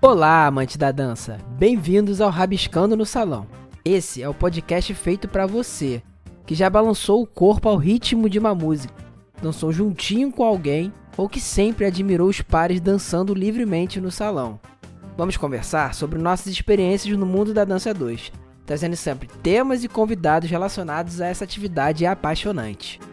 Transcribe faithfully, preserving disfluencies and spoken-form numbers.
Olá, amante da dança! Bem-vindos ao Rabiscando no Salão. Esse é o podcast feito para você, que já balançou o corpo ao ritmo de uma música, dançou juntinho com alguém ou que sempre admirou os pares dançando livremente no salão. Vamos conversar sobre nossas experiências no mundo da dança dois, trazendo sempre temas e convidados relacionados a essa atividade apaixonante.